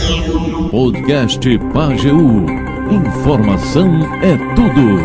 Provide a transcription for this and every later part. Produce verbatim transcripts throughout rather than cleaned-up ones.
Podcast Pajeú. Informação é tudo.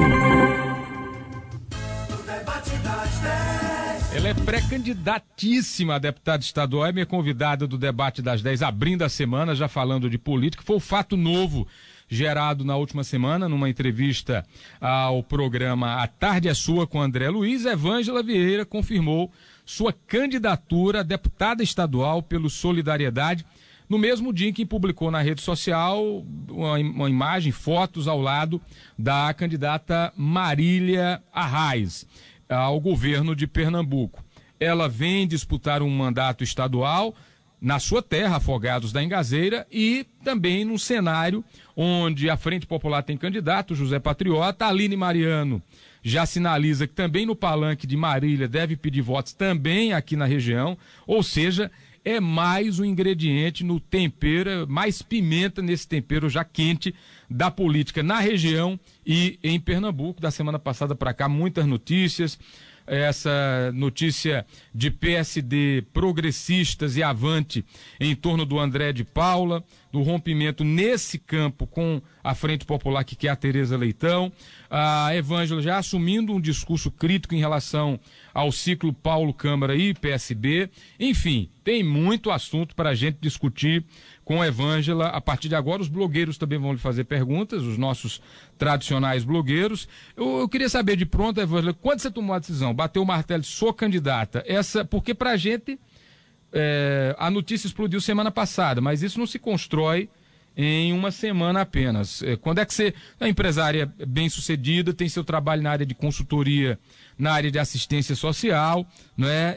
Ela é pré-candidatíssima a deputada estadual, é minha convidada do debate das dez, abrindo a semana, já falando de política. Foi o fato novo gerado na última semana, numa entrevista ao programa A Tarde é Sua com André Luiz. Evângela Vieira confirmou sua candidatura a deputada estadual pelo Solidariedade, no mesmo dia em que publicou na rede social uma, uma imagem, fotos ao lado da candidata Marília Arraes ao governo de Pernambuco. Ela vem disputar um mandato estadual na sua terra, Afogados da Engazeira, e também num cenário onde a Frente Popular tem candidato, José Patriota. Aline Mariano já sinaliza que também no palanque de Marília deve pedir votos também aqui na região, ou seja, é mais um ingrediente no tempero, mais pimenta nesse tempero já quente da política na região e em Pernambuco. Da semana passada para cá, muitas notícias. Essa notícia de P S D progressistas e avante em torno do André de Paula, do rompimento nesse campo com a Frente Popular, que quer a Tereza Leitão. A Evângela já assumindo um discurso crítico em relação ao ciclo Paulo Câmara e P S B. Enfim, tem muito assunto para a gente discutir com a Evângela. A partir de agora, os blogueiros também vão lhe fazer perguntas, os nossos tradicionais blogueiros. Eu, eu queria saber de pronto, Evângela, quando você tomou a decisão, bateu o martelo, sou candidata, essa, porque pra gente é, a notícia explodiu semana passada, mas isso não se constrói em uma semana apenas. É, quando é que você é empresária bem sucedida, tem seu trabalho na área de consultoria, na área de assistência social, não é?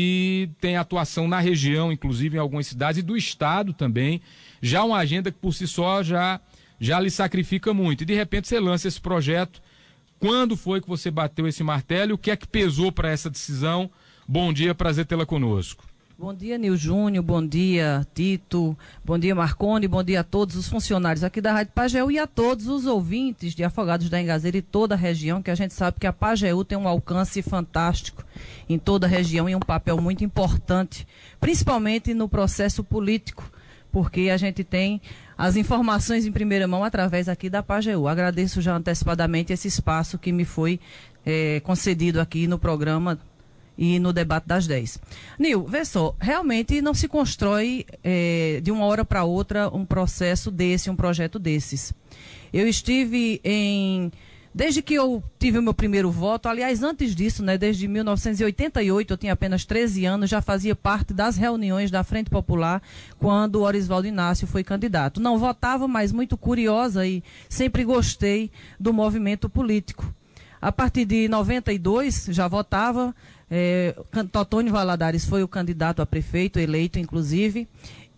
E tem atuação na região, inclusive em algumas cidades, e do estado também, já uma agenda que por si só já, já lhe sacrifica muito. E de repente você lança esse projeto. Quando foi que você bateu esse martelo? O que é que pesou para essa decisão? Bom dia, prazer tê-la conosco. Bom dia, Nil Júnior, bom dia, Tito, bom dia, Marconi, bom dia a todos os funcionários aqui da Rádio Pajeú e a todos os ouvintes de Afogados da Engazeira e toda a região, que a gente sabe que a Pajeú tem um alcance fantástico em toda a região e um papel muito importante, principalmente no processo político, porque a gente tem as informações em primeira mão através aqui da Pajeú. Agradeço já antecipadamente esse espaço que me foi eh, concedido aqui no programa e no debate das dez. Nil, vê só, realmente não se constrói eh, de uma hora para outra um processo desse, um projeto desses. Eu estive em... Desde que eu tive o meu primeiro voto, aliás, antes disso, né, desde mil novecentos e oitenta e oito, eu tinha apenas treze anos, já fazia parte das reuniões da Frente Popular quando o Orisvaldo Inácio foi candidato. Não votava, mas muito curiosa e sempre gostei do movimento político. A partir de noventa e dois, já votava. É, Totônio Valadares foi o candidato a prefeito, eleito inclusive,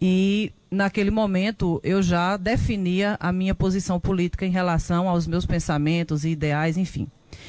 e naquele momento eu já definia a minha posição política em relação aos meus pensamentos e ideais, enfim.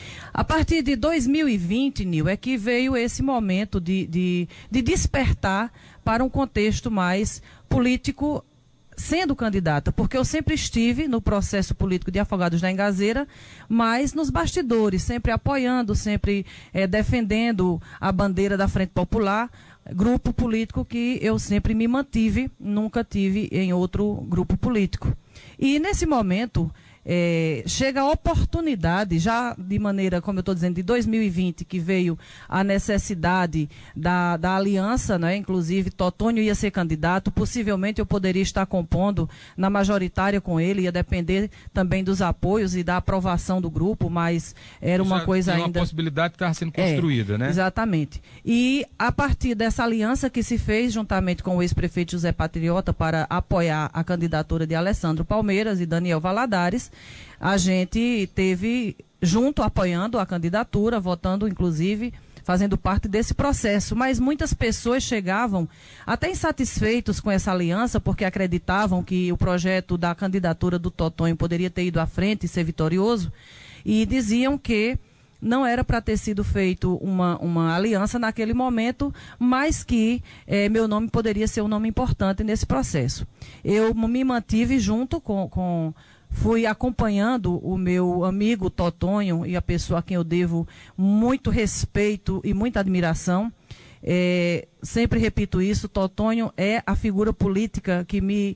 A partir de dois mil e vinte, Nil, é que veio esse momento de, de, de despertar para um contexto mais político sendo candidata, porque eu sempre estive no processo político de Afogados da Engazeira, mas nos bastidores, sempre apoiando, sempre é, defendendo a bandeira da Frente Popular, grupo político que eu sempre me mantive, nunca tive em outro grupo político. E nesse momento, é, chega a oportunidade, já de maneira, como eu estou dizendo, de dois mil e vinte, que veio a necessidade da, da aliança, né? Inclusive Totônio ia ser candidato, possivelmente eu poderia estar compondo na majoritária com ele, ia depender também dos apoios e da aprovação do grupo, mas era uma já coisa ainda... uma possibilidade que estava sendo construída, é, né? Exatamente. E a partir dessa aliança que se fez juntamente com o ex-prefeito José Patriota para apoiar a candidatura de Alessandro Palmeiras e Daniel Valadares, a gente teve junto apoiando a candidatura, votando inclusive, fazendo parte desse processo, mas muitas pessoas chegavam até insatisfeitos com essa aliança, porque acreditavam que o projeto da candidatura do Totônio poderia ter ido à frente e ser vitorioso, e diziam que não era para ter sido feito uma, uma aliança naquele momento, mas que eh, meu nome poderia ser um nome importante nesse processo. Eu me mantive junto com... com fui acompanhando o meu amigo Totônio e a pessoa a quem eu devo muito respeito e muita admiração. É, sempre repito isso, Totônio é a figura política que me,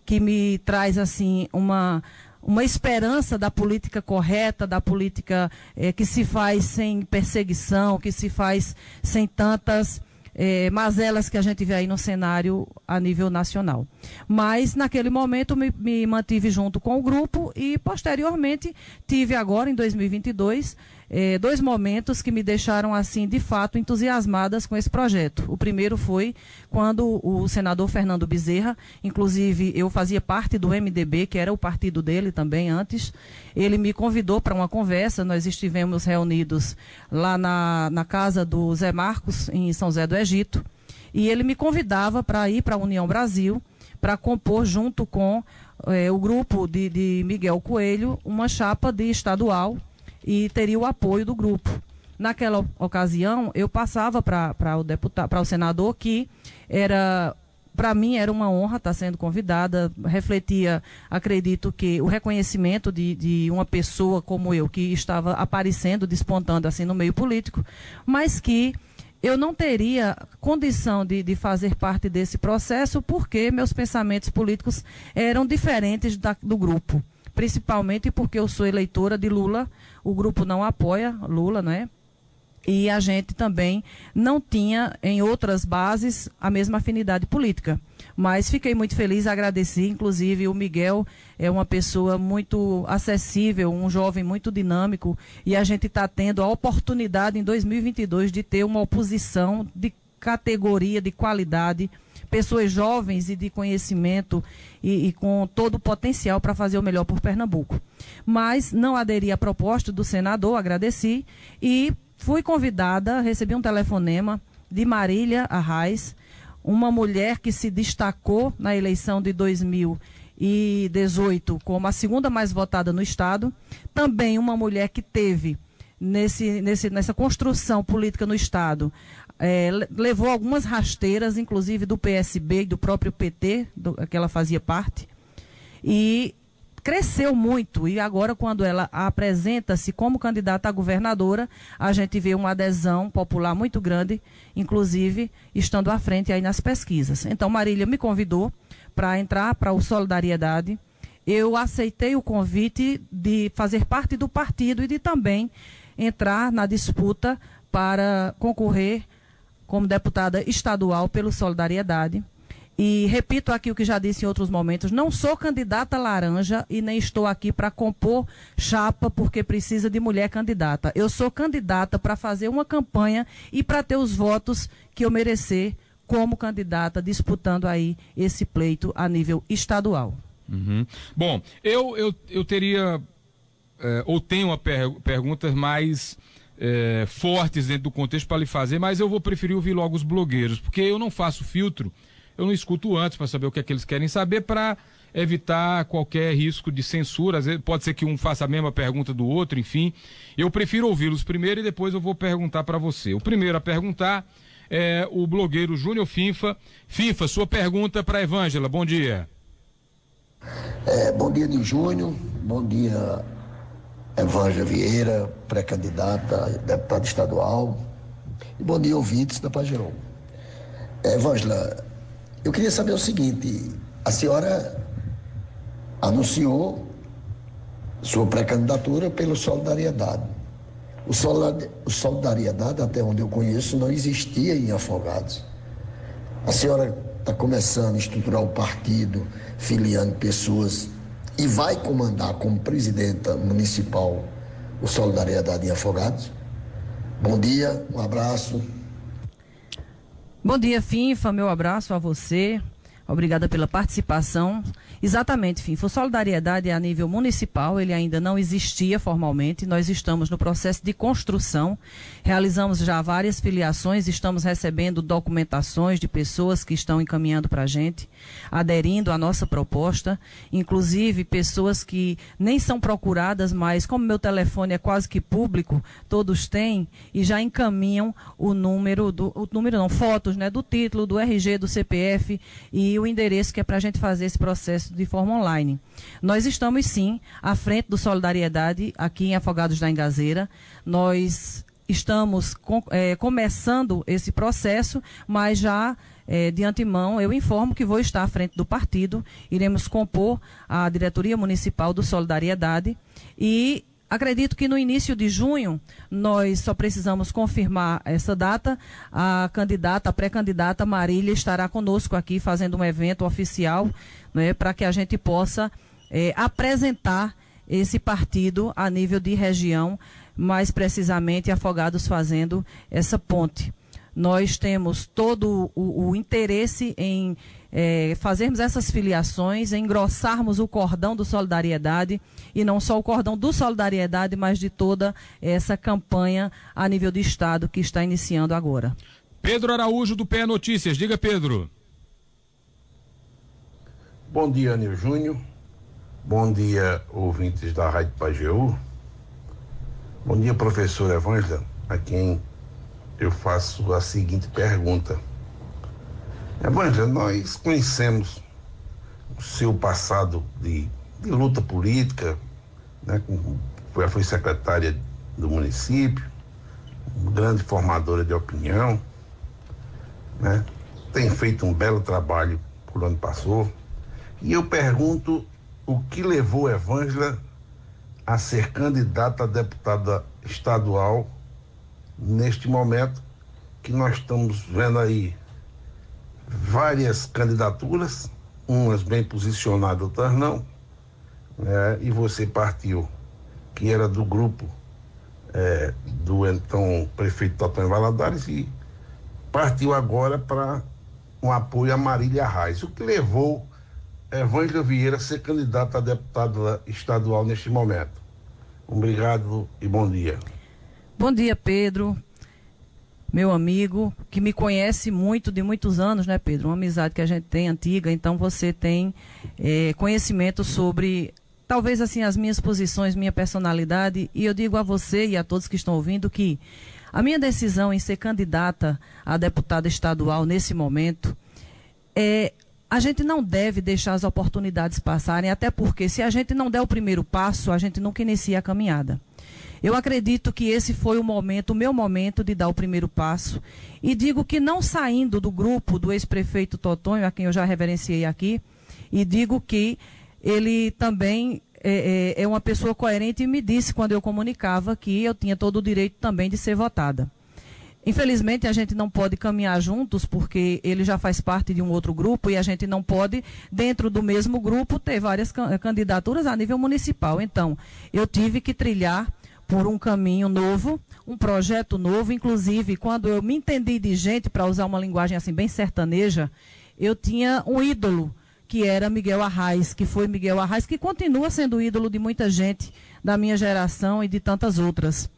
que me traz assim uma, uma esperança da política correta, da política eh, que se faz sem perseguição, que se faz sem tantas eh, mazelas que a gente vê aí no cenário a nível nacional. Mas naquele momento me, me mantive junto com o grupo e posteriormente tive agora em dois mil e vinte e dois Eh, dois momentos que me deixaram assim de fato entusiasmadas com esse projeto. O primeiro foi quando o senador Fernando Bezerra, inclusive eu fazia parte do M D B, que era o partido dele também antes, ele me convidou para uma conversa, nós estivemos reunidos lá na, na casa do Zé Marcos, em São José do Egito, e ele me convidava para ir para a União Brasil, para compor junto com eh, o grupo de, de Miguel Coelho, uma chapa de estadual, e teria o apoio do grupo. Naquela ocasião, eu passava para o deputado, para o senador, que era, para mim era uma honra estar sendo convidada, refletia, acredito que o reconhecimento de, de uma pessoa como eu, que estava aparecendo, despontando assim no meio político, mas que eu não teria condição de, de fazer parte desse processo porque meus pensamentos políticos eram diferentes da, do grupo. Principalmente porque eu sou eleitora de Lula, o grupo não apoia Lula, né? E a gente também não tinha em outras bases a mesma afinidade política. Mas fiquei muito feliz, agradeci, inclusive o Miguel é uma pessoa muito acessível, um jovem muito dinâmico, e a gente está tendo a oportunidade em dois mil e vinte e dois de ter uma oposição de categoria, de qualidade, pessoas jovens e de conhecimento e, e com todo o potencial para fazer o melhor por Pernambuco. Mas não aderi à proposta do senador, agradeci, e fui convidada, recebi um telefonema de Marília Arraes, uma mulher que se destacou na eleição de dois mil e dezoito como a segunda mais votada no Estado, também uma mulher que teve nesse, nesse, nessa construção política no Estado, É, levou algumas rasteiras, inclusive do P S B e do próprio P T, do, que ela fazia parte, e cresceu muito. E agora, quando ela apresenta-se como candidata a governadora, a gente vê uma adesão popular muito grande, inclusive estando à frente aí nas pesquisas. Então, Marília me convidou para entrar para o Solidariedade. Eu aceitei o convite de fazer parte do partido e de também entrar na disputa para concorrer como deputada estadual pelo Solidariedade. E repito aqui o que já disse em outros momentos, não sou candidata laranja e nem estou aqui para compor chapa porque precisa de mulher candidata. Eu sou candidata para fazer uma campanha e para ter os votos que eu merecer como candidata, disputando aí esse pleito a nível estadual. Uhum. Bom, eu, eu, eu teria, é, ou tenho uma per perguntas mais... É, fortes dentro do contexto para lhe fazer, mas eu vou preferir ouvir logo os blogueiros, porque eu não faço filtro, eu não escuto antes para saber o que é que eles querem saber, para evitar qualquer risco de censura. Às vezes pode ser que um faça a mesma pergunta do outro, enfim. Eu prefiro ouvi-los primeiro e depois eu vou perguntar para você. O primeiro a perguntar é o blogueiro Júnior Finfa. Finfa, sua pergunta para a Evângela. Bom dia. É, bom dia de Júnior, bom dia Evângela Vieira, pré-candidata a deputada estadual, e bom dia ouvintes da Pajeú. É, Evângela, eu queria saber o seguinte, a senhora anunciou sua pré-candidatura pelo Solidariedade. O Solidariedade, até onde eu conheço, não existia em Afogados. A senhora está começando a estruturar o partido, filiando pessoas, e vai comandar como presidenta municipal o Solidariedade em Afogados. Bom dia, um abraço. Bom dia, Finfa, meu abraço a você. Obrigada pela participação. Exatamente, Finfa. O Solidariedade é a nível municipal, ele ainda não existia formalmente. Nós estamos no processo de construção, realizamos já várias filiações, estamos recebendo documentações de pessoas que estão encaminhando para a gente, aderindo à nossa proposta, inclusive pessoas que nem são procuradas, mas como meu telefone é quase que público, todos têm e já encaminham o número, do, o número não, fotos, né, do título, do R G, do C P F e o endereço que é para a gente fazer esse processo de forma online. Nós estamos sim à frente do Solidariedade aqui em Afogados da Engazeira. Nós estamos com, é, começando esse processo, mas já é, de antemão eu informo que vou estar à frente do partido, iremos compor a diretoria municipal do Solidariedade e acredito que no início de junho nós só precisamos confirmar essa data. A candidata, a pré-candidata Marília estará conosco aqui fazendo um evento oficial, né, para que a gente possa é, apresentar esse partido a nível de região, mais precisamente Afogados fazendo essa ponte. Nós temos todo o, o interesse em é, fazermos essas filiações, em engrossarmos o cordão do Solidariedade, e não só o cordão do Solidariedade, mas de toda essa campanha a nível de Estado que está iniciando agora. Pedro Araújo, do P E Notícias. Diga, Pedro. Bom dia, Anil Júnior. Bom dia, ouvintes da Rádio Pajeú. Bom dia, professor Evângela, a quem eu faço a seguinte pergunta. Evângela, nós conhecemos o seu passado de, de luta política, né? Foi, foi secretária do município, grande formadora de opinião, né? Tem feito um belo trabalho por onde passou. E eu pergunto o que levou Evângela a ser candidata a deputada estadual neste momento que nós estamos vendo aí várias candidaturas, umas bem posicionadas, outras não, né? E você partiu, que era do grupo é, do então prefeito Totonho Valadares, e partiu agora para um apoio a Marília Reis. O que levou Evângela Vieira a ser candidata a deputada estadual neste momento? Obrigado e bom dia. Bom dia, Pedro, meu amigo, que me conhece muito, de muitos anos, né, Pedro? Uma amizade que a gente tem antiga, então você tem é, conhecimento sobre, talvez assim, as minhas posições, minha personalidade, e eu digo a você e a todos que estão ouvindo que a minha decisão em ser candidata a deputada estadual nesse momento é... A gente não deve deixar as oportunidades passarem, até porque se a gente não der o primeiro passo, a gente nunca inicia a caminhada. Eu acredito que esse foi o momento, o meu momento de dar o primeiro passo, e digo que não saindo do grupo do ex-prefeito Totonho, a quem eu já reverenciei aqui, e digo que ele também é, é, é uma pessoa coerente e me disse quando eu comunicava que eu tinha todo o direito também de ser votada. Infelizmente, a gente não pode caminhar juntos, porque ele já faz parte de um outro grupo e a gente não pode, dentro do mesmo grupo, ter várias candidaturas a nível municipal. Então, eu tive que trilhar por um caminho novo, um projeto novo. Inclusive, quando eu me entendi de gente, para usar uma linguagem assim bem sertaneja, eu tinha um ídolo, que era Miguel Arraes, que foi Miguel Arraes, que continua sendo ídolo de muita gente da minha geração e de tantas outras.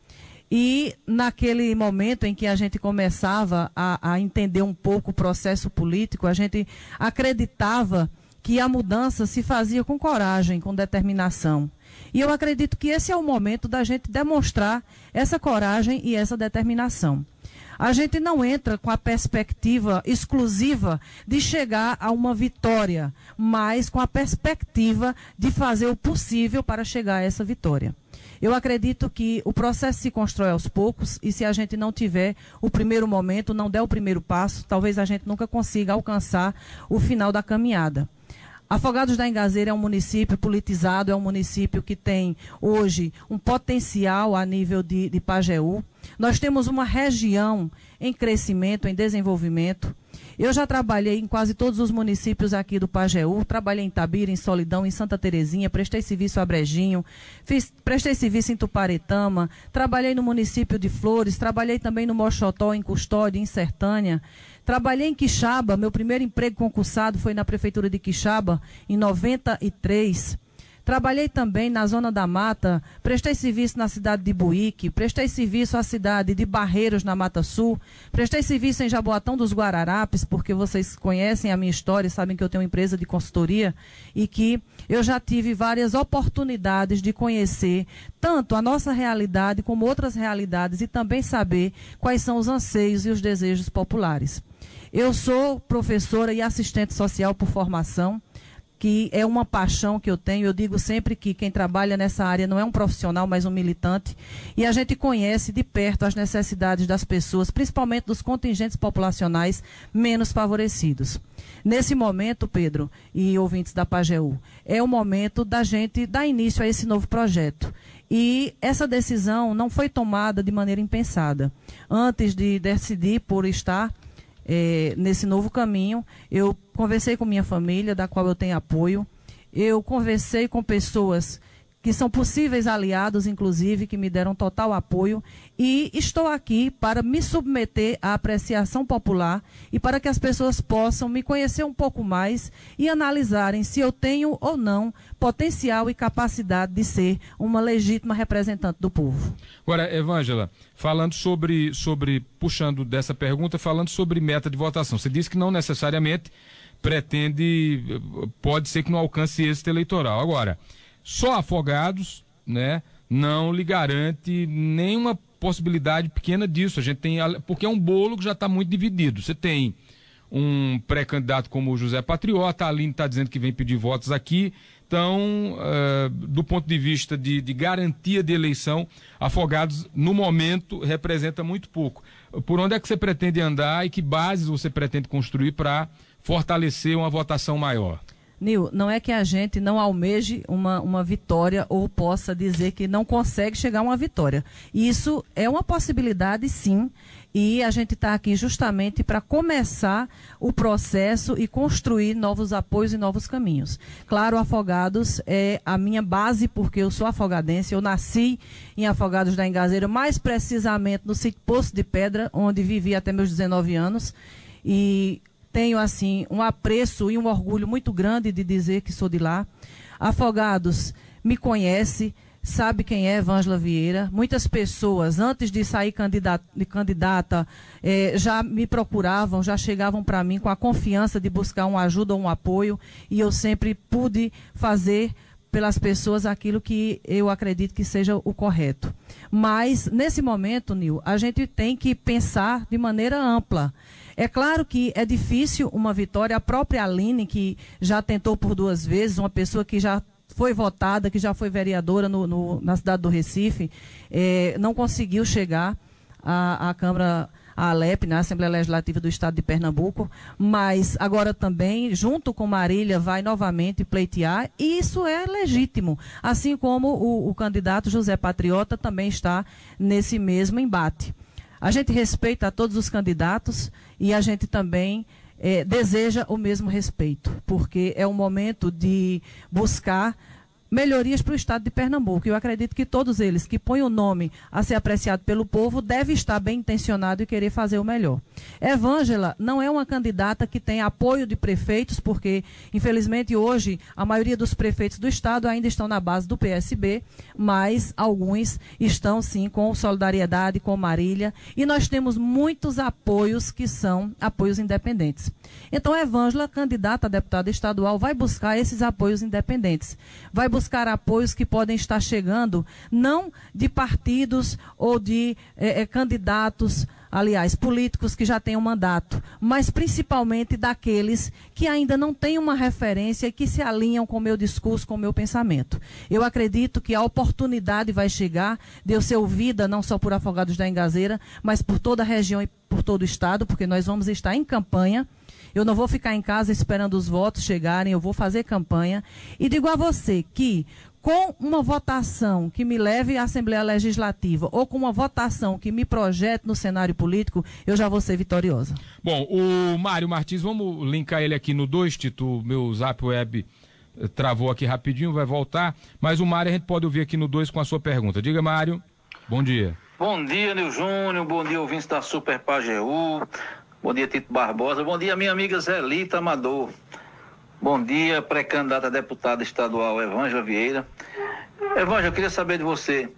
E naquele momento em que a gente começava a, a entender um pouco o processo político, a gente acreditava que a mudança se fazia com coragem, com determinação. E eu acredito que esse é o momento da gente demonstrar essa coragem e essa determinação. A gente não entra com a perspectiva exclusiva de chegar a uma vitória, mas com a perspectiva de fazer o possível para chegar a essa vitória. Eu acredito que o processo se constrói aos poucos e se a gente não tiver o primeiro momento, não der o primeiro passo, talvez a gente nunca consiga alcançar o final da caminhada. Afogados da Engazeira é um município politizado, é um município que tem hoje um potencial a nível de, de Pajeú. Nós temos uma região em crescimento, em desenvolvimento. Eu já trabalhei em quase todos os municípios aqui do Pajeú, trabalhei em Itabira, em Solidão, em Santa Terezinha, prestei serviço a Brejinho, fiz, prestei serviço em Tuparetama, trabalhei no município de Flores, trabalhei também no Moxotó, em Custódia, em Sertânia, trabalhei em Quixaba, meu primeiro emprego concursado foi na Prefeitura de Quixaba, em noventa e três. Trabalhei também na Zona da Mata, prestei serviço na cidade de Buíque, prestei serviço à cidade de Barreiros, na Mata Sul, prestei serviço em Jaboatão dos Guararapes, porque vocês conhecem a minha história, sabem que eu tenho uma empresa de consultoria e que eu já tive várias oportunidades de conhecer tanto a nossa realidade como outras realidades e também saber quais são os anseios e os desejos populares. Eu sou professora e assistente social por formação. que é uma paixão que eu tenho. Eu digo sempre que quem trabalha nessa área não é um profissional, mas um militante. E a gente conhece de perto as necessidades das pessoas, principalmente dos contingentes populacionais menos favorecidos. Nesse momento, Pedro e ouvintes da Pajeú, é o momento da gente dar início a esse novo projeto. E essa decisão não foi tomada de maneira impensada. Antes de decidir por estar é, nesse novo caminho, eu conversei com minha família, da qual eu tenho apoio. Eu conversei com pessoas que são possíveis aliados, inclusive, que me deram total apoio. E estou aqui para me submeter à apreciação popular e para que as pessoas possam me conhecer um pouco mais e analisarem se eu tenho ou não potencial e capacidade de ser uma legítima representante do povo. Agora, Evângela, falando sobre, sobre, puxando dessa pergunta, falando sobre meta de votação, você disse que não necessariamente pretende, pode ser que não alcance êxito eleitoral. Agora, só Afogados, né, não lhe garante nenhuma possibilidade pequena disso. A gente tem, porque é um bolo que já está muito dividido. Você tem um pré-candidato como o José Patriota, a Aline está dizendo que vem pedir votos aqui. Então, uh, do ponto de vista de, de garantia de eleição, Afogados, no momento, representa muito pouco. Por onde é que você pretende andar e que bases você pretende construir para fortalecer uma votação maior? Nil, não é que a gente não almeje uma, uma vitória ou possa dizer que não consegue chegar a uma vitória. Isso é uma possibilidade, sim, e a gente está aqui justamente para começar o processo e construir novos apoios e novos caminhos. Claro, Afogados é a minha base, porque eu sou afogadense, eu nasci em Afogados da Engazeira, mais precisamente no sítio Poço de Pedra, onde vivi até meus dezenove anos, e tenho, assim, um apreço e um orgulho muito grande de dizer que sou de lá. Afogados me conhece, sabe quem é Evângela Vieira. Muitas pessoas, antes de sair candidata, de candidata eh, já me procuravam, já chegavam para mim com a confiança de buscar uma ajuda ou um apoio, e eu sempre pude fazer pelas pessoas aquilo que eu acredito que seja o correto. Mas, nesse momento, Nil, a gente tem que pensar de maneira ampla. É claro que é difícil uma vitória. A própria Aline, que já tentou por duas vezes, uma pessoa que já foi votada, que já foi vereadora no, no, na cidade do Recife, eh, não conseguiu chegar à, à Câmara, à Alep, na Assembleia Legislativa do Estado de Pernambuco, mas agora também, junto com Marília, vai novamente pleitear, e isso é legítimo, assim como o, o candidato José Patriota também está nesse mesmo embate. A gente respeita a todos os candidatos e a gente também eh, deseja o mesmo respeito, porque é um momento de buscar melhorias para o estado de Pernambuco. Eu acredito que todos eles que põem o nome a ser apreciado pelo povo devem estar bem intencionados e querer fazer o melhor. Evângela não é uma candidata que tem apoio de prefeitos, porque, infelizmente, hoje a maioria dos prefeitos do estado ainda estão na base do P S B, mas alguns estão, sim, com Solidariedade, com Marília, e nós temos muitos apoios que são apoios independentes. Então, Evângela, candidata a deputada estadual, vai buscar esses apoios independentes. Vai buscar apoios que podem estar chegando, não de partidos ou de eh, eh, candidatos, aliás, políticos que já têm um mandato, mas principalmente daqueles que ainda não têm uma referência e que se alinham com o meu discurso, com o meu pensamento. Eu acredito que a oportunidade vai chegar de eu ser ouvida não só por Afogados da Engazeira, mas por toda a região e por todo o estado, porque nós vamos estar em campanha. Eu não vou ficar em casa esperando os votos chegarem, eu vou fazer campanha. E digo a você que, com uma votação que me leve à Assembleia Legislativa ou com uma votação que me projete no cenário político, eu já vou ser vitoriosa. Bom, o Mário Martins, vamos linkar ele aqui no dois, Tito, meu Zap Web travou aqui rapidinho, vai voltar, mas o Mário a gente pode ouvir aqui no dois com a sua pergunta. Diga, Mário, bom dia. Bom dia, Nil Júnior, bom dia, ouvintes da Super Pajeú. Bom dia, Tito Barbosa. Bom dia, minha amiga Zelita Amador. Bom dia, pré-candidata a deputada estadual Evângela Vieira. Evângela, eu queria saber de você,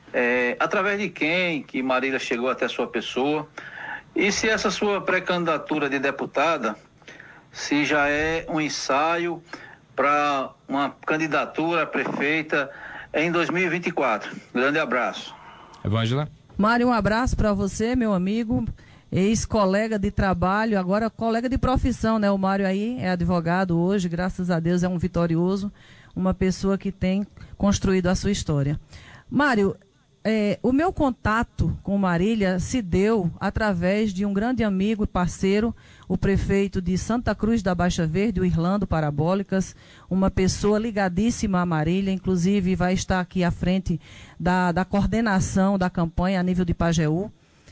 é, através de quem que Marília chegou até a sua pessoa, e se essa sua pré-candidatura de deputada, se já é um ensaio para uma candidatura a prefeita em dois mil e vinte e quatro. Grande abraço. Evângela. Mário, um abraço para você, meu amigo. ex-colega de trabalho, agora colega de profissão, né? O Mário aí é advogado hoje, graças a Deus é um vitorioso, uma pessoa que tem construído a sua história. Mário, é, o meu contato com Marília se deu através de um grande amigo e parceiro, o prefeito de Santa Cruz da Baixa Verde, o Irlando Parabólicas, uma pessoa ligadíssima a Marília, inclusive vai estar aqui à frente da, da coordenação da campanha a nível de Pajeú,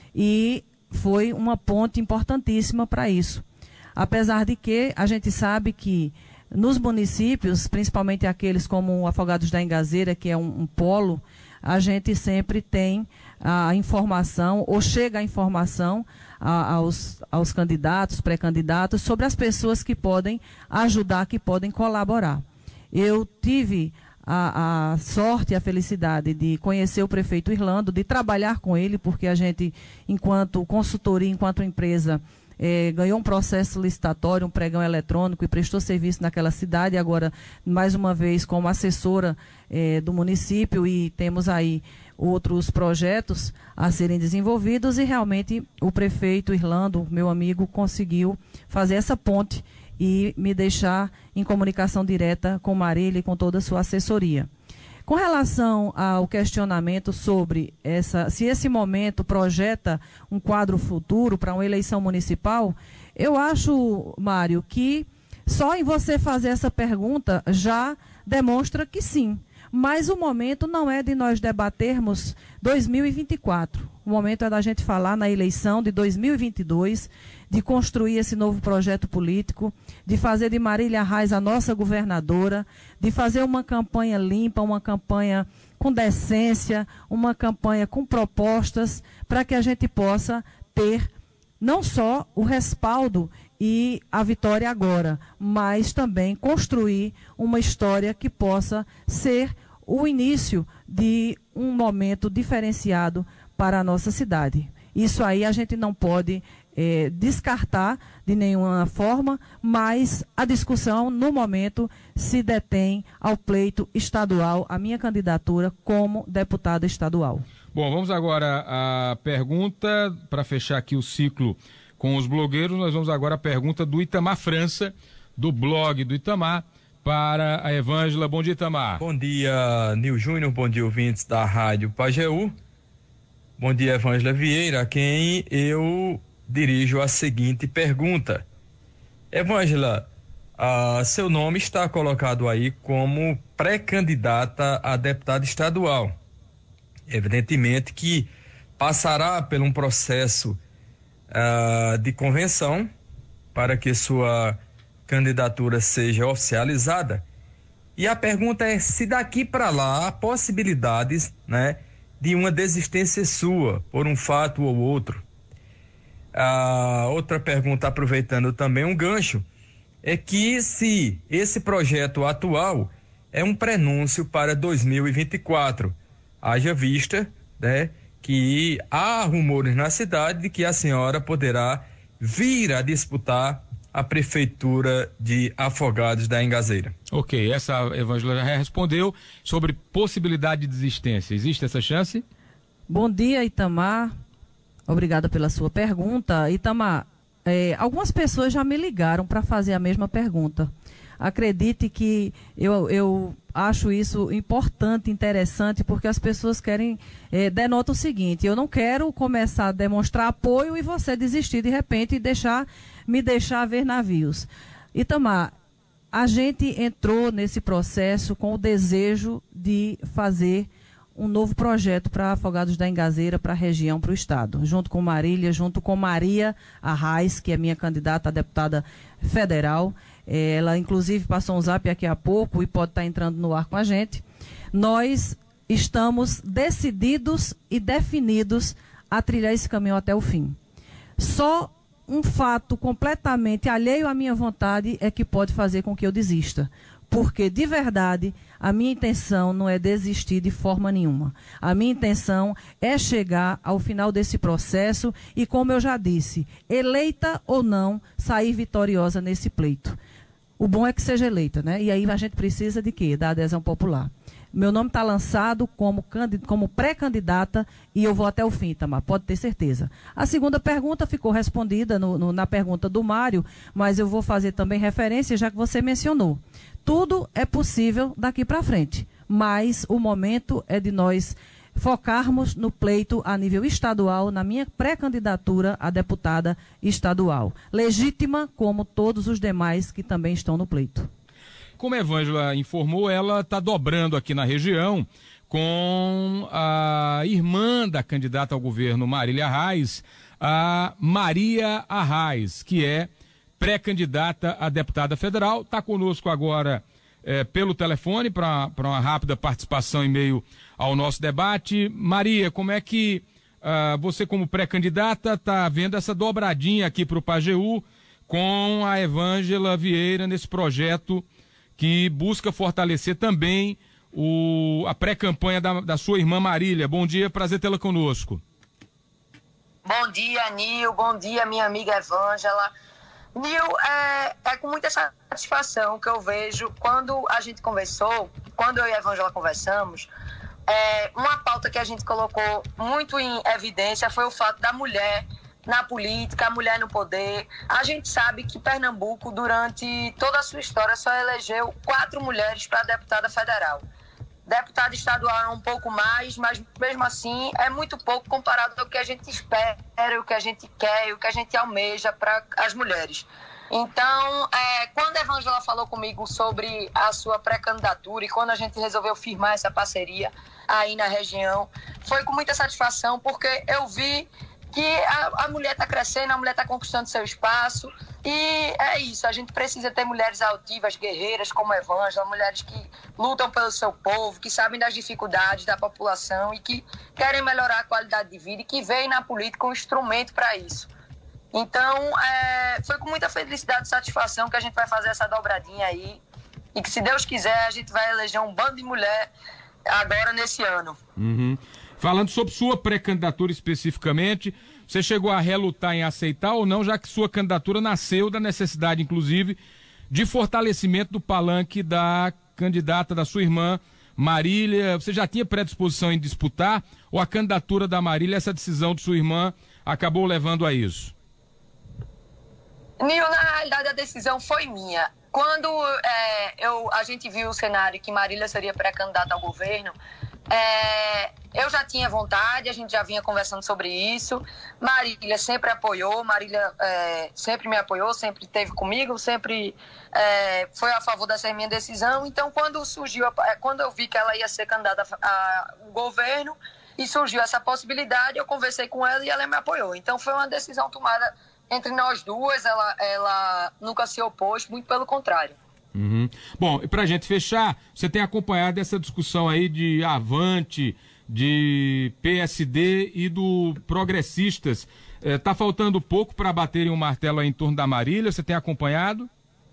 e foi uma ponte importantíssima para isso. Apesar de que a gente sabe que nos municípios, principalmente aqueles como o Afogados da Engazeira, que é um, um polo, a gente sempre tem a informação, ou chega a informação a, aos, aos candidatos, pré-candidatos, sobre as pessoas que podem ajudar, que podem colaborar. Eu tive a, a sorte e a felicidade de conhecer o prefeito Irlando, de trabalhar com ele, porque a gente, enquanto consultoria, enquanto empresa, É, ganhou um processo licitatório, um pregão eletrônico e prestou serviço naquela cidade, agora mais uma vez como assessora é, do município, e temos aí outros projetos a serem desenvolvidos, e realmente o prefeito Irlando, meu amigo, conseguiu fazer essa ponte e me deixar em comunicação direta com Marília e com toda a sua assessoria. Com relação ao questionamento sobre essa, se esse momento projeta um quadro futuro para uma eleição municipal, eu acho, Mário, que só em você fazer essa pergunta já demonstra que sim. Mas o momento não é de nós debatermos dois mil e vinte e quatro. O momento é da gente falar na eleição de dois mil e vinte e dois, de construir esse novo projeto político, de fazer de Marília Reis a nossa governadora, de fazer uma campanha limpa, uma campanha com decência, uma campanha com propostas, para que a gente possa ter não só o respaldo e a vitória agora, mas também construir uma história que possa ser o início de um momento diferenciado para a nossa cidade. Isso aí a gente não pode é, descartar de nenhuma forma, mas a discussão, no momento, se detém ao pleito estadual, a minha candidatura como deputada estadual. Bom, vamos agora à pergunta, para fechar aqui o ciclo com os blogueiros, nós vamos agora à pergunta do Itamar França, do blog do Itamar, para a Evângela. Bom dia, Itamar. Bom dia, Nil Júnior, bom dia, ouvintes da Rádio Pajeú. Bom dia, Evângela Vieira, a quem eu dirijo a seguinte pergunta. Evângela, ah, seu nome está colocado aí como pré-candidata a deputada estadual. Evidentemente que passará por um processo ah, de convenção para que sua candidatura seja oficializada. E a pergunta é se daqui para lá há possibilidades, né, de uma desistência sua por um fato ou outro. A outra pergunta, aproveitando também um gancho, é que se esse projeto atual é um prenúncio para dois mil e vinte e quatro, haja vista, né, que há rumores na cidade de que a senhora poderá vir a disputar a prefeitura de Afogados da Engazeira. Ok, essa Evângela já respondeu sobre possibilidade de desistência. Existe essa chance? Bom dia, Itamar. Obrigada pela sua pergunta. Itamar, é, algumas pessoas já me ligaram para fazer a mesma pergunta. Acredite que eu, eu acho isso importante, interessante, porque as pessoas querem, é, denota o seguinte: eu não quero começar a demonstrar apoio e você desistir de repente e deixar, me deixar ver navios. Itamar, a gente entrou nesse processo com o desejo de fazer um novo projeto para Afogados da Engazeira, para a região, para o estado, junto com Marília, junto com Maria Arraes, que é minha candidata a deputada federal. Ela, inclusive, passou um zap aqui há pouco e pode estar entrando no ar com a gente. Nós estamos decididos e definidos a trilhar esse caminho até o fim. Só um fato completamente alheio à minha vontade é que pode fazer com que eu desista. Porque, de verdade, a minha intenção não é desistir de forma nenhuma. A minha intenção é chegar ao final desse processo e, como eu já disse, eleita ou não, sair vitoriosa nesse pleito. O bom é que seja eleita, né? E aí a gente precisa de quê? Da adesão popular. Meu nome está lançado como, como pré-candidata e eu vou até o fim, Itamar, pode ter certeza. A segunda pergunta ficou respondida no, no, na pergunta do Mário, mas eu vou fazer também referência, já que você mencionou. Tudo é possível daqui para frente, mas o momento é de nós focarmos no pleito a nível estadual, na minha pré-candidatura a deputada estadual. Legítima como todos os demais que também estão no pleito. Como a Evângela informou, ela está dobrando aqui na região com a irmã da candidata ao governo Marília Arraes, a Maria Arraes, que é pré-candidata a deputada federal. Está conosco agora é, pelo telefone para uma rápida participação em meio ao nosso debate. Maria, como é que uh, você, como pré-candidata, está vendo essa dobradinha aqui para o Pajeú com a Evângela Vieira nesse projeto que busca fortalecer também o, a pré-campanha da, da sua irmã Marília? Bom dia, prazer tê-la conosco. Bom dia, Nil, bom dia, minha amiga Evângela. Nil, é, é com muita satisfação que eu vejo quando a gente conversou, quando eu e a Evângela conversamos, é, uma pauta que a gente colocou muito em evidência foi o fato da mulher na política, a mulher no poder. A gente sabe que Pernambuco, durante toda a sua história, só elegeu quatro mulheres para deputada federal. Deputada estadual é um pouco mais, mas mesmo assim é muito pouco comparado ao que a gente espera, o que a gente quer, o que a gente almeja para as mulheres. Então, é, quando a Evângela falou comigo sobre a sua pré-candidatura e quando a gente resolveu firmar essa parceria aí na região, foi com muita satisfação, porque eu vi que a, a mulher está crescendo, a mulher está conquistando seu espaço, e é isso, a gente precisa ter mulheres altivas, guerreiras como a Evângela, mulheres que lutam pelo seu povo, que sabem das dificuldades da população e que querem melhorar a qualidade de vida e que veem na política um instrumento para isso. Então, é, foi com muita felicidade e satisfação que a gente vai fazer essa dobradinha aí, e que, se Deus quiser, a gente vai eleger um bando de mulher agora nesse ano. Uhum. Falando sobre sua pré-candidatura especificamente, você chegou a relutar em aceitar ou não, já que sua candidatura nasceu da necessidade, inclusive, de fortalecimento do palanque da candidata da sua irmã, Marília? Você já tinha predisposição em disputar, ou a candidatura da Marília, essa decisão de sua irmã, acabou levando a isso? Nil, na realidade, a decisão foi minha. Quando é, eu, a gente viu o cenário que Marília seria pré-candidata ao governo, É, eu já tinha vontade, a gente já vinha conversando sobre isso. Marília sempre apoiou, Marília é, sempre me apoiou, sempre esteve comigo, sempre é, foi a favor dessa minha decisão. Então, quando surgiu, quando eu vi que ela ia ser candidata ao governo e surgiu essa possibilidade, eu conversei com ela e ela me apoiou. Então, foi uma decisão tomada entre nós duas, ela, ela nunca se opôs, muito pelo contrário. Uhum. Bom, e pra gente fechar, você tem acompanhado essa discussão aí de Avante, de P S D e do Progressistas. É, tá faltando pouco para baterem um martelo aí em torno da Marília, você tem acompanhado?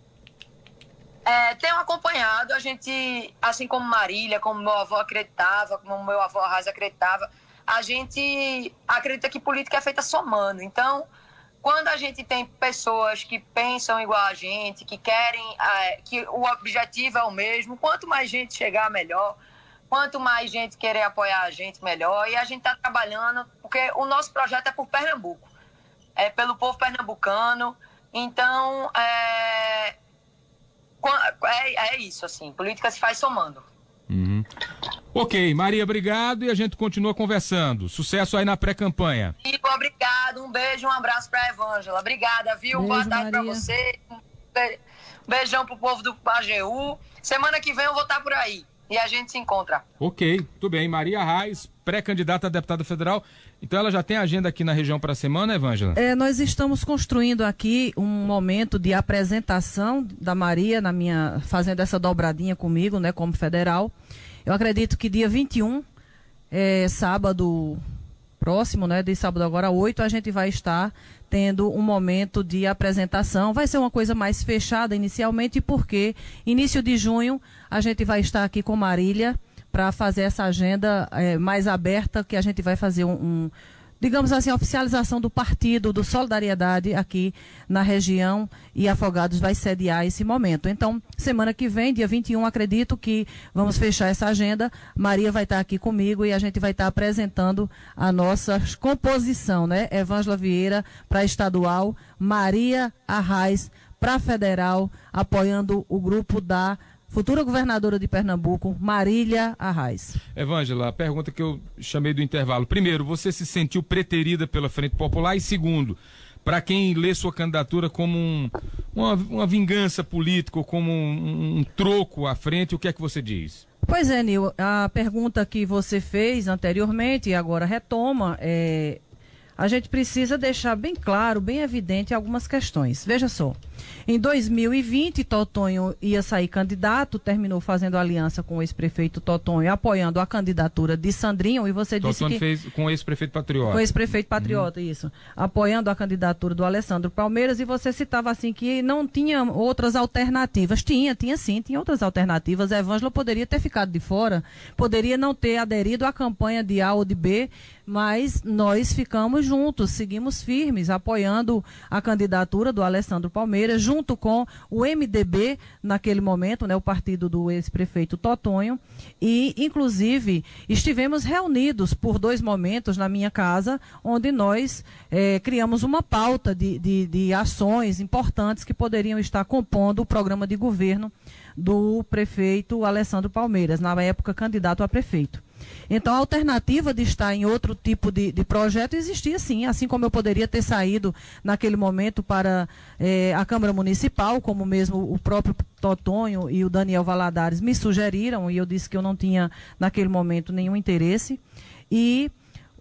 É, tenho acompanhado, a gente, assim como Marília, como meu avô acreditava, como meu avô Arraes acreditava, a gente acredita que política é feita somando. Então, quando a gente tem pessoas que pensam igual a gente, que querem, é, que o objetivo é o mesmo, quanto mais gente chegar, melhor. Quanto mais gente querer apoiar a gente, melhor. E a gente está trabalhando, porque o nosso projeto é por Pernambuco, é pelo povo pernambucano. Então, é, é, é isso, assim, política se faz somando. Uhum. Ok, Maria, obrigado, e a gente continua conversando. Sucesso aí na pré-campanha. Obrigado, um beijo, um abraço pra Evângela. Obrigada, viu? Beijo, Boa tarde Maria. pra você. Um beijão pro povo do Pajeú. Semana que vem eu vou estar por aí e a gente se encontra. Ok, tudo bem. Maria Arraes, pré-candidata a deputada federal. Então ela já tem agenda aqui na região para a semana, Evângela? É, nós estamos construindo aqui um momento de apresentação da Maria, na minha, fazendo essa dobradinha comigo, né, como federal. Eu acredito que dia vinte e um, é, sábado próximo, né, de sábado agora oito, a gente vai estar tendo um momento de apresentação. Vai ser uma coisa mais fechada inicialmente, porque início de junho a gente vai estar aqui com Marília para fazer essa agenda é, mais aberta, que a gente vai fazer um, um digamos assim, a oficialização do partido, do Solidariedade aqui na região, e Afogados vai sediar esse momento. Então, semana que vem, dia vinte e um, acredito que vamos fechar essa agenda. Maria vai estar aqui comigo e a gente vai estar apresentando a nossa composição, né? Evângela Vieira para estadual, Maria Arraes para federal, apoiando o grupo da futura governadora de Pernambuco, Marília Arraes. Evângela, a pergunta que eu chamei do intervalo. Primeiro, você se sentiu preterida pela Frente Popular? E segundo, para quem lê sua candidatura como um, uma, uma vingança política, ou como um, um troco à frente, o que é que você diz? Pois é, Nil, a pergunta que você fez anteriormente e agora retoma, é, a gente precisa deixar bem claro, bem evidente algumas questões. Veja só, em dois mil e vinte, Totonho ia sair candidato, terminou fazendo aliança com o ex-prefeito Totonho, apoiando a candidatura de Sandrinho, e você disse Totonho que... fez com o ex-prefeito Patriota. Com o ex-prefeito Patriota, uhum. isso. Apoiando a candidatura do Alessandro Palmeiras, e você citava assim que não tinha outras alternativas. Tinha, tinha sim, tinha outras alternativas. A Evângela poderia ter ficado de fora, poderia não ter aderido à campanha de A ou de B, mas nós ficamos juntos, seguimos firmes, apoiando a candidatura do Alessandro Palmeiras, junto com o M D B, naquele momento, né, o partido do ex-prefeito Totonho, e, inclusive, estivemos reunidos por dois momentos na minha casa, onde nós eh, criamos uma pauta de, de, de ações importantes que poderiam estar compondo o programa de governo do prefeito Alessandro Palmeiras, na época candidato a prefeito. Então, a alternativa de estar em outro tipo de, de projeto existia sim, assim como eu poderia ter saído naquele momento para eh, a Câmara Municipal, como mesmo o próprio Totonho e o Daniel Valadares me sugeriram, e eu disse que eu não tinha naquele momento nenhum interesse. E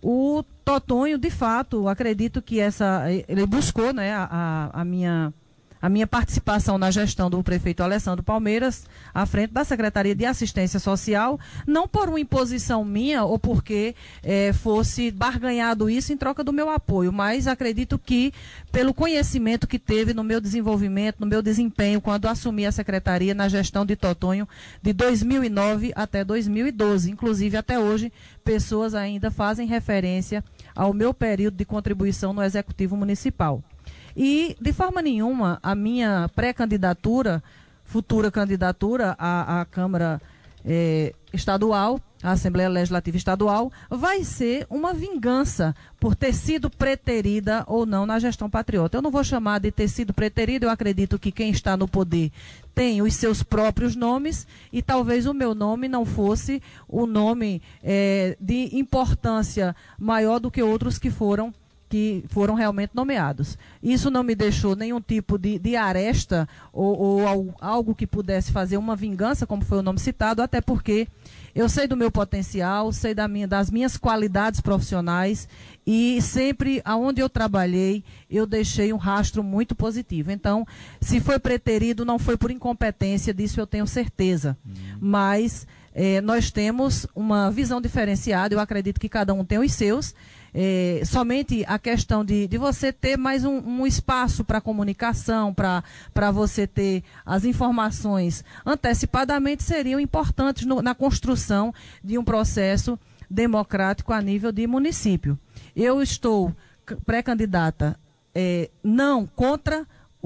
o Totonho, de fato, acredito que essa, ele buscou, né, a, a minha... a minha participação na gestão do prefeito Alessandro Palmeiras, à frente da Secretaria de Assistência Social, não por uma imposição minha ou porque eh, fosse barganhado isso em troca do meu apoio, mas acredito que pelo conhecimento que teve no meu desenvolvimento, no meu desempenho, quando assumi a Secretaria na gestão de Totonho de dois mil e nove até dois mil e doze. Inclusive, até hoje, pessoas ainda fazem referência ao meu período de contribuição no Executivo Municipal. E, de forma nenhuma, a minha pré-candidatura, futura candidatura à, à Câmara eh, Estadual, à Assembleia Legislativa Estadual, vai ser uma vingança por ter sido preterida ou não na gestão patriota. Eu não vou chamar de ter sido preterida, eu acredito que quem está no poder tem os seus próprios nomes, e talvez o meu nome não fosse o nome eh, de importância maior do que outros que foram que foram realmente nomeados. Isso não me deixou nenhum tipo de, de aresta ou, ou algo que pudesse fazer uma vingança, como foi o nome citado, até porque eu sei do meu potencial, sei da minha, das minhas qualidades profissionais, e sempre, aonde eu trabalhei, eu deixei um rastro muito positivo. Então, se foi preterido, não foi por incompetência, disso eu tenho certeza. Uhum. Mas eh, nós temos uma visão diferenciada, eu acredito que cada um tem os seus. É, somente a questão de, de você ter mais um, um espaço para comunicação, para você ter as informações antecipadamente, seriam importantes no, na construção de um processo democrático a nível de município. Eu estou pré-candidata é, não contra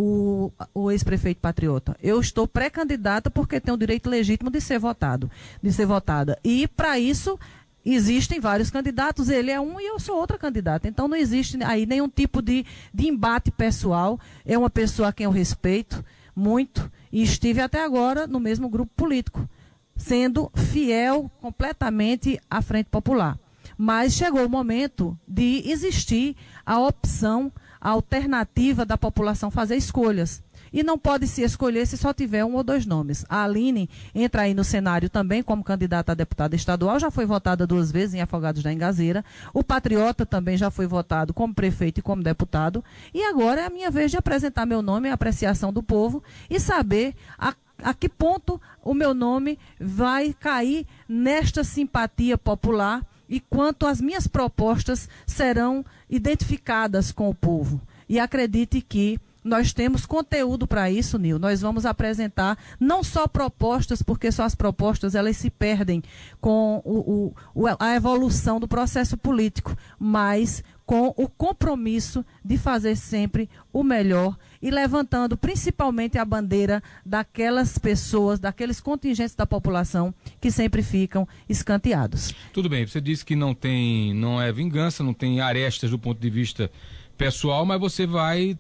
o, o ex-prefeito Patriota. Eu estou pré-candidata porque tenho o direito legítimo de ser votado, de ser votada. E para isso existem vários candidatos, ele é um e eu sou outra candidata. Então não existe aí nenhum tipo de, de embate pessoal. É uma pessoa a quem eu respeito muito e estive até agora no mesmo grupo político, sendo fiel completamente à Frente Popular. Mas chegou o momento de existir a opção, a alternativa da população fazer escolhas. E não pode se escolher se só tiver um ou dois nomes. A Aline entra aí no cenário também como candidata a deputada estadual, já foi votada duas vezes em Afogados da Engazeira. O Patriota também já foi votado como prefeito e como deputado. E agora é a minha vez de apresentar meu nome, a apreciação do povo, e saber a, a que ponto o meu nome vai cair nesta simpatia popular e quanto as minhas propostas serão identificadas com o povo. E acredite que nós temos conteúdo para isso, Nil. Nós vamos apresentar não só propostas, porque só as propostas elas se perdem com o, o, a evolução do processo político, mas com o compromisso de fazer sempre o melhor e levantando principalmente a bandeira daquelas pessoas, daqueles contingentes da população que sempre ficam escanteados. Tudo bem, você disse que não tem, não é vingança, não tem arestas do ponto de vista pessoal, mas você vai,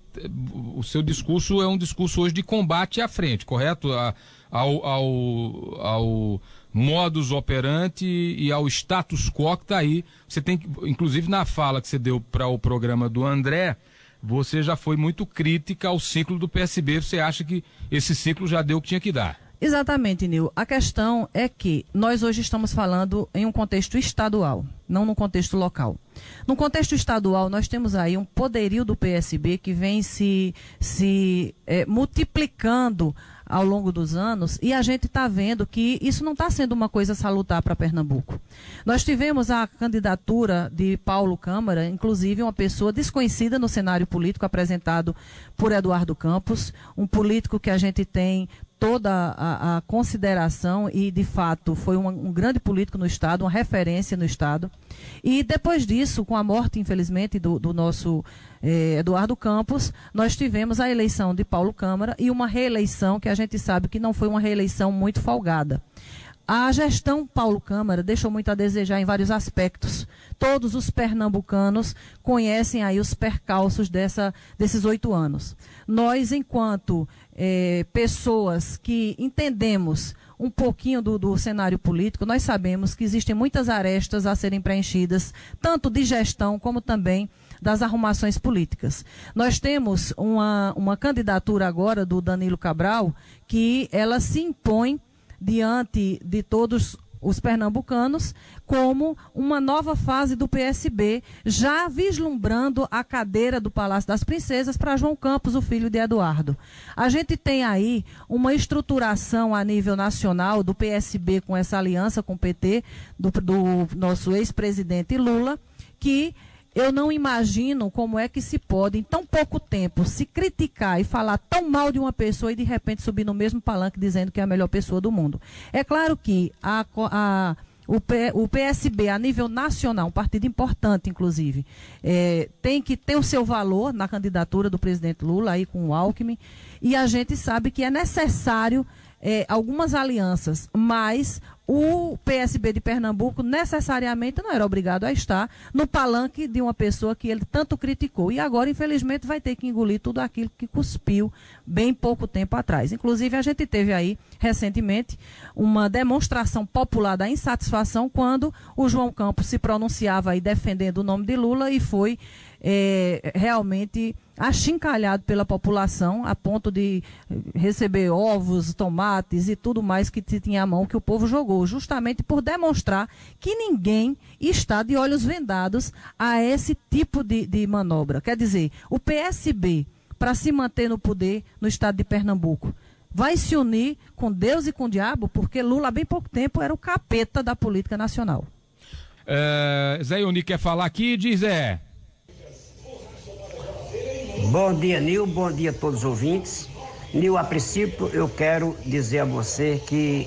o seu discurso é um discurso hoje de combate à frente, correto? A, ao, ao, ao modus operandi e ao status quo que está aí. Você tem que, inclusive na fala que você deu para o programa do André, você já foi muito crítica ao ciclo do P S B, você acha que esse ciclo já deu o que tinha que dar? Exatamente, Nil. A questão é que nós hoje estamos falando em um contexto estadual, não num contexto local. No contexto estadual, nós temos aí um poderio do P S B que vem se, se é, multiplicando ao longo dos anos, e a gente está vendo que isso não está sendo uma coisa salutar para Pernambuco. Nós tivemos a candidatura de Paulo Câmara, inclusive uma pessoa desconhecida no cenário político, apresentado por Eduardo Campos, um político que a gente tem toda a, a consideração e, de fato, foi um, um grande político no Estado, uma referência no Estado. E depois disso, com a morte, infelizmente, do, do nosso eh, Eduardo Campos, nós tivemos a eleição de Paulo Câmara e uma reeleição que a gente sabe que não foi uma reeleição muito folgada. A gestão Paulo Câmara deixou muito a desejar em vários aspectos. Todos os pernambucanos conhecem aí os percalços dessa, desses oito anos. Nós, enquanto eh, pessoas que entendemos um pouquinho do, do cenário político, nós sabemos que existem muitas arestas a serem preenchidas, tanto de gestão como também das arrumações políticas. Nós temos uma, uma candidatura agora do Danilo Cabral que ela se impõe diante de todos os pernambucanos como uma nova fase do P S B, já vislumbrando a cadeira do Palácio das Princesas para João Campos, o filho de Eduardo. A gente tem aí uma estruturação a nível nacional do P S B com essa aliança com o P T, do, do nosso ex-presidente Lula, que eu não imagino como é que se pode, em tão pouco tempo, se criticar e falar tão mal de uma pessoa e de repente subir no mesmo palanque dizendo que é a melhor pessoa do mundo. É claro que a, a, o, P, o P S B, a nível nacional, um partido importante, inclusive, é, tem que ter o seu valor na candidatura do presidente Lula, aí com o Alckmin, e a gente sabe que é necessário é, algumas alianças, mas o P S B de Pernambuco necessariamente não era obrigado a estar no palanque de uma pessoa que ele tanto criticou. E agora, infelizmente, vai ter que engolir tudo aquilo que cuspiu bem pouco tempo atrás. Inclusive, a gente teve aí, recentemente, uma demonstração popular da insatisfação quando o João Campos se pronunciava aí defendendo o nome de Lula e foi é, realmente achincalhado pela população a ponto de receber ovos, tomates e tudo mais que tinha à mão que o povo jogou, justamente por demonstrar que ninguém está de olhos vendados a esse tipo de, de manobra. Quer dizer, o P S B, para se manter no poder no estado de Pernambuco, vai se unir com Deus e com o diabo, porque Lula há bem pouco tempo era o capeta da política nacional. É, Zé Ioni quer falar aqui, diz Zé. Bom dia, Nil, bom dia a todos os ouvintes. Nil, a princípio eu quero dizer a você que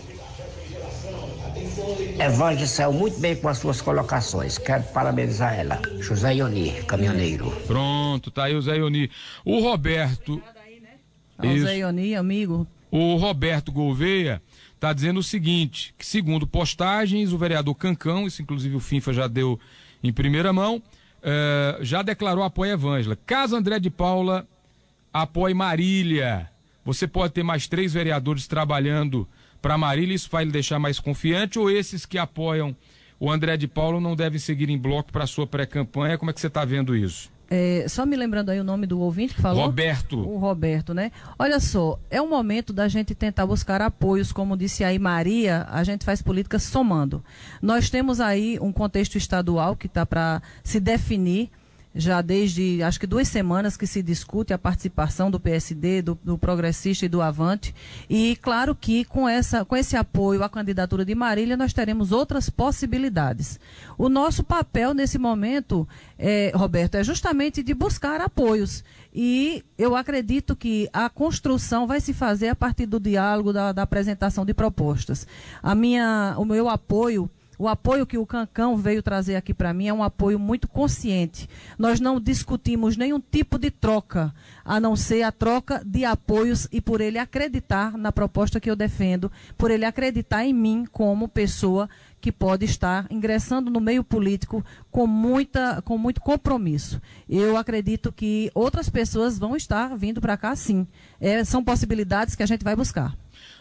Evângela saiu muito bem com as suas colocações. Quero parabenizar ela. José Ioni, caminhoneiro. Pronto, tá aí o Zé Ioni. O Roberto... O Zé Ioni, amigo. O Roberto Gouveia está dizendo o seguinte, que segundo postagens, o vereador Cancão, isso inclusive o FIFA já deu em primeira mão, Uh, já declarou apoio a Evângela. Caso André de Paula apoie Marília, você pode ter mais três vereadores trabalhando para Marília, isso vai lhe deixar mais confiante, ou esses que apoiam o André de Paula não devem seguir em bloco para a sua pré-campanha? Como é que você está vendo isso? É, só me lembrando aí o nome do ouvinte que falou. Roberto. O Roberto, né? Olha só, é um momento da gente tentar buscar apoios, como disse aí Maria, a gente faz política somando. Nós temos aí um contexto estadual que está para se definir já desde, acho que duas semanas que se discute a participação do P S D, do, do Progressista e do Avante, e claro que com, essa, com esse apoio à candidatura de Marília, nós teremos outras possibilidades. O nosso papel nesse momento, é, Roberto, é justamente de buscar apoios, e eu acredito que a construção vai se fazer a partir do diálogo, da, da apresentação de propostas. A minha, o meu apoio O apoio que o Cancão veio trazer aqui para mim é um apoio muito consciente. Nós não discutimos nenhum tipo de troca, a não ser a troca de apoios e por ele acreditar na proposta que eu defendo, por ele acreditar em mim como pessoa que pode estar ingressando no meio político com, muita, com muito compromisso. Eu acredito que outras pessoas vão estar vindo para cá, sim. É, são possibilidades que a gente vai buscar.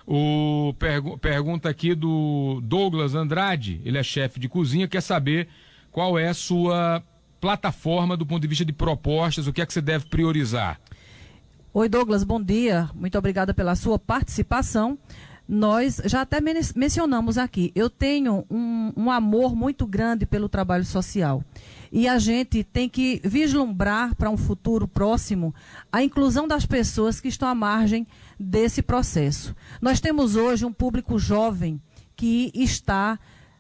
O pergu pergunta aqui do Douglas Andrade, ele é chefe de cozinha, quer saber qual é a sua plataforma do ponto de vista de propostas, o que é que você deve priorizar. Oi, Douglas, bom dia, muito obrigada pela sua participação. Nós já até men mencionamos aqui, eu tenho um, um amor muito grande pelo trabalho social. E a gente tem que vislumbrar para um futuro próximo a inclusão das pessoas que estão à margem desse processo. Nós temos hoje um público jovem que está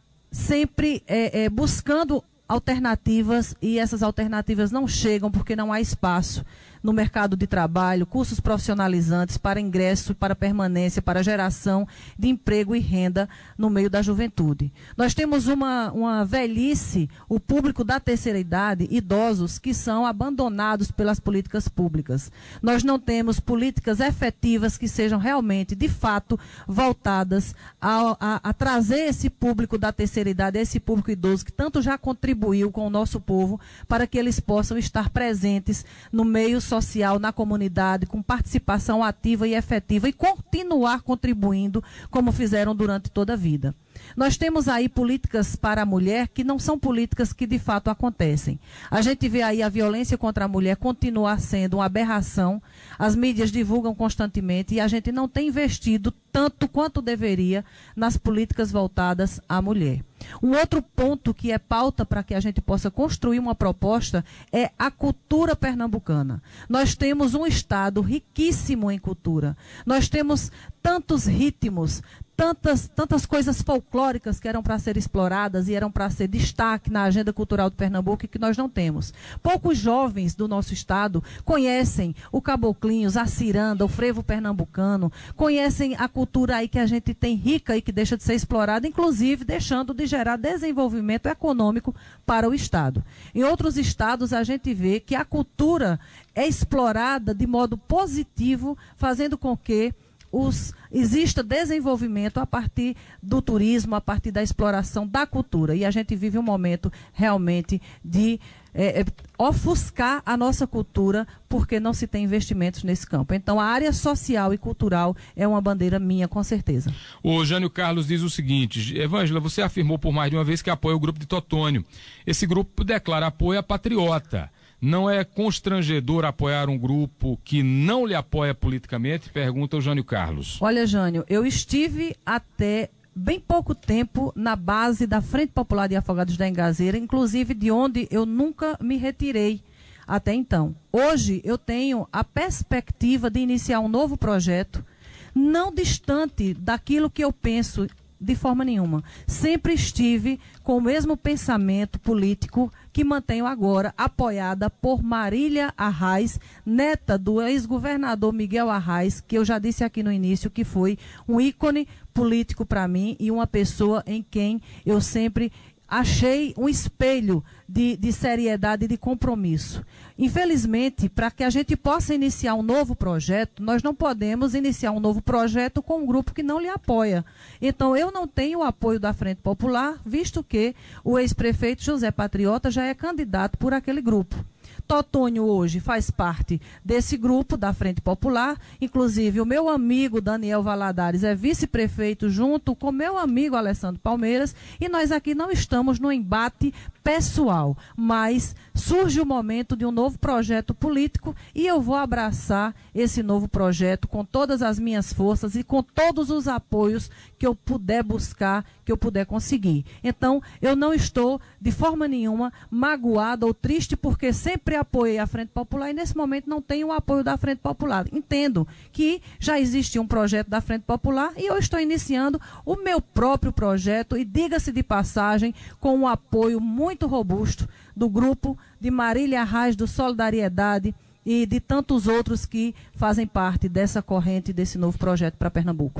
sempre é, é, buscando alternativas, e essas alternativas não chegam porque não há espaço no mercado de trabalho, cursos profissionalizantes para ingresso, para permanência, para geração de emprego e renda no meio da juventude. Nós temos uma, uma velhice, o público da terceira idade, idosos, que são abandonados pelas políticas públicas. Nós não temos políticas efetivas que sejam realmente, de fato, voltadas a, a, a trazer esse público da terceira idade, esse público idoso que tanto já contribuiu com o nosso povo, para que eles possam estar presentes no meio social, social, na comunidade, com participação ativa e efetiva e continuar contribuindo como fizeram durante toda a vida. Nós temos aí políticas para a mulher que não são políticas que de fato acontecem. A gente vê aí a violência contra a mulher continuar sendo uma aberração, as mídias divulgam constantemente e a gente não tem investido tanto quanto deveria nas políticas voltadas à mulher. Um outro ponto que é pauta para que a gente possa construir uma proposta é a cultura pernambucana. Nós temos um estado riquíssimo em cultura. Nós temos tantos ritmos, tantas, tantas coisas folclóricas que eram para ser exploradas e eram para ser destaque na agenda cultural de Pernambuco e que nós não temos. Poucos jovens do nosso estado conhecem o caboclinhos, a ciranda, o frevo pernambucano, conhecem a cultura aí que a gente tem rica e que deixa de ser explorada, inclusive deixando de gerar desenvolvimento econômico para o estado. Em outros estados a gente vê que a cultura é explorada de modo positivo, fazendo com que Os, exista desenvolvimento a partir do turismo, a partir da exploração da cultura. E a gente vive um momento realmente de é, é, ofuscar a nossa cultura porque não se tem investimentos nesse campo. Então, a área social e cultural é uma bandeira minha, com certeza. O Jânio Carlos diz o seguinte: Evângela, você afirmou por mais de uma vez que apoia o grupo de Totônio. Esse grupo declara apoio a Patriota. Não é constrangedor apoiar um grupo que não lhe apoia politicamente? Pergunta o Jânio Carlos. Olha, Jânio, eu estive até bem pouco tempo na base da Frente Popular de Afogados da Engazeira, inclusive de onde eu nunca me retirei até então. Hoje eu tenho a perspectiva de iniciar um novo projeto, não distante daquilo que eu penso de forma nenhuma. Sempre estive com o mesmo pensamento político que mantenho agora, apoiada por Marília Arraes, neta do ex-governador Miguel Arraes, que eu já disse aqui no início que foi um ícone político para mim e uma pessoa em quem eu sempre achei um espelho de, de seriedade e de compromisso. Infelizmente, para que a gente possa iniciar um novo projeto, nós não podemos iniciar um novo projeto com um grupo que não lhe apoia. Então, eu não tenho o apoio da Frente Popular, visto que o ex-prefeito José Patriota já é candidato por aquele grupo. Totônio hoje faz parte desse grupo da Frente Popular, inclusive o meu amigo Daniel Valadares é vice-prefeito junto com meu amigo Alessandro Palmeiras, e nós aqui não estamos no embate pessoal, mas surge o momento de um novo projeto político e eu vou abraçar esse novo projeto com todas as minhas forças e com todos os apoios que eu puder buscar, que eu puder conseguir. Então, eu não estou de forma nenhuma magoada ou triste porque sempre apoiei a Frente Popular e nesse momento não tenho o apoio da Frente Popular. Entendo que já existe um projeto da Frente Popular e eu estou iniciando o meu próprio projeto e, diga-se de passagem, com um apoio muito robusto do grupo de Marília Arraes do Solidariedade e de tantos outros que fazem parte dessa corrente, desse novo projeto para Pernambuco.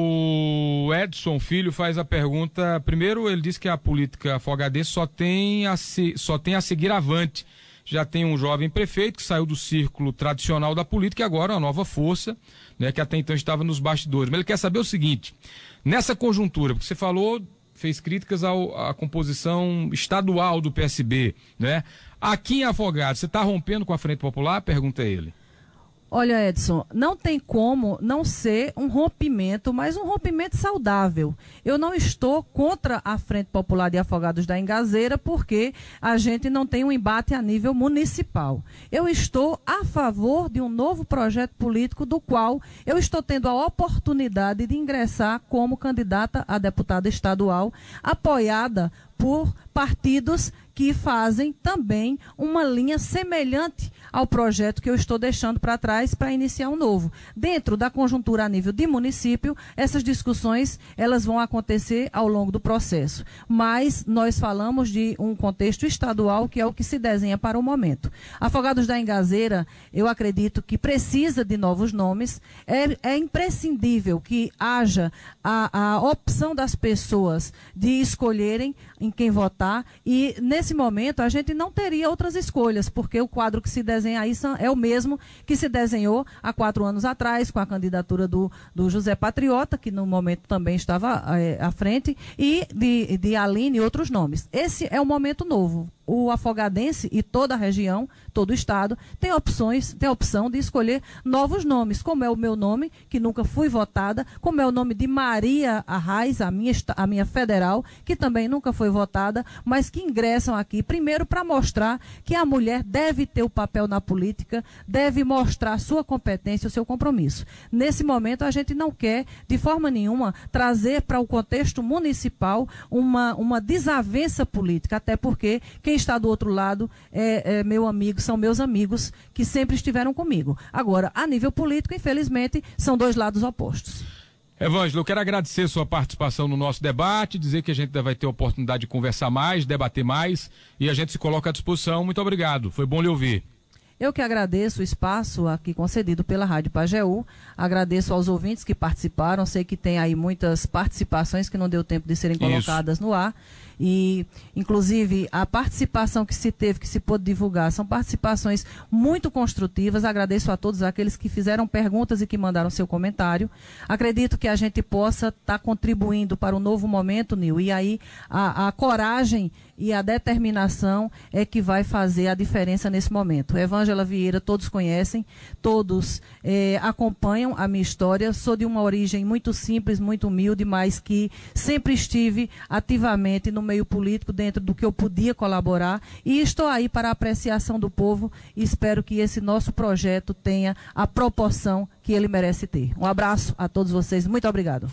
O Edson Filho faz a pergunta. Primeiro, ele diz que a política afogadense só tem a, se, só tem a seguir avante. Já tem um jovem prefeito que saiu do círculo tradicional da política e agora é uma nova força, né, que até então estava nos bastidores. Mas ele quer saber o seguinte, nessa conjuntura, porque você falou, fez críticas ao, à composição estadual do P S B, né? Aqui em Afogados, você está rompendo com a Frente Popular? Pergunta ele. Olha, Edson, não tem como não ser um rompimento, mas um rompimento saudável. Eu não estou contra a Frente Popular de Afogados da Engazeira porque a gente não tem um embate a nível municipal. Eu estou a favor de um novo projeto político do qual eu estou tendo a oportunidade de ingressar como candidata a deputada estadual, apoiada por partidos que fazem também uma linha semelhante ao projeto que eu estou deixando para trás para iniciar um novo. Dentro da conjuntura a nível de município, essas discussões elas vão acontecer ao longo do processo. Mas nós falamos de um contexto estadual que é o que se desenha para o momento. Afogados da Engazeira, eu acredito que precisa de novos nomes. É, é imprescindível que haja a, a opção das pessoas de escolherem em quem votar e nesse momento a gente não teria outras escolhas, porque o quadro que se desenha aí é o mesmo que se desenhou há quatro anos atrás com a candidatura do, do José Patriota, que no momento também estava é, à frente, e de, de Aline e outros nomes. Esse é um momento novo. O afogadense e toda a região, todo o estado, tem opções, tem a opção de escolher novos nomes, como é o meu nome, que nunca fui votada, como é o nome de Maria Arraes, a minha, a minha federal, que também nunca foi votada, mas que ingressam aqui, primeiro para mostrar que a mulher deve ter o papel na política, deve mostrar sua competência, o seu compromisso. Nesse momento, a gente não quer, de forma nenhuma, trazer para o contexto municipal uma, uma desavença política, até porque quem está do outro lado é, é meu amigo, são meus amigos que sempre estiveram comigo. Agora, a nível político, infelizmente, são dois lados opostos. Evângela, eu quero agradecer sua participação no nosso debate, dizer que a gente vai ter a oportunidade de conversar mais, debater mais, e a gente se coloca à disposição. Muito obrigado, foi bom lhe ouvir. Eu que agradeço o espaço aqui concedido pela Rádio Pajeú, agradeço aos ouvintes que participaram, sei que tem aí muitas participações que não deu tempo de serem colocadas Isso. no ar, e inclusive a participação que se teve, que se pôde divulgar, são participações muito construtivas, agradeço a todos aqueles que fizeram perguntas e que mandaram seu comentário, acredito que a gente possa estar tá contribuindo para um novo momento, Nil, e aí a, a coragem e a determinação é que vai fazer a diferença nesse momento. Evângela Vieira, todos conhecem, todos eh, acompanham a minha história. Sou de uma origem muito simples, muito humilde, mas que sempre estive ativamente no meio político, dentro do que eu podia colaborar. E estou aí para a apreciação do povo e espero que esse nosso projeto tenha a proporção que ele merece ter. Um abraço a todos vocês, muito obrigado.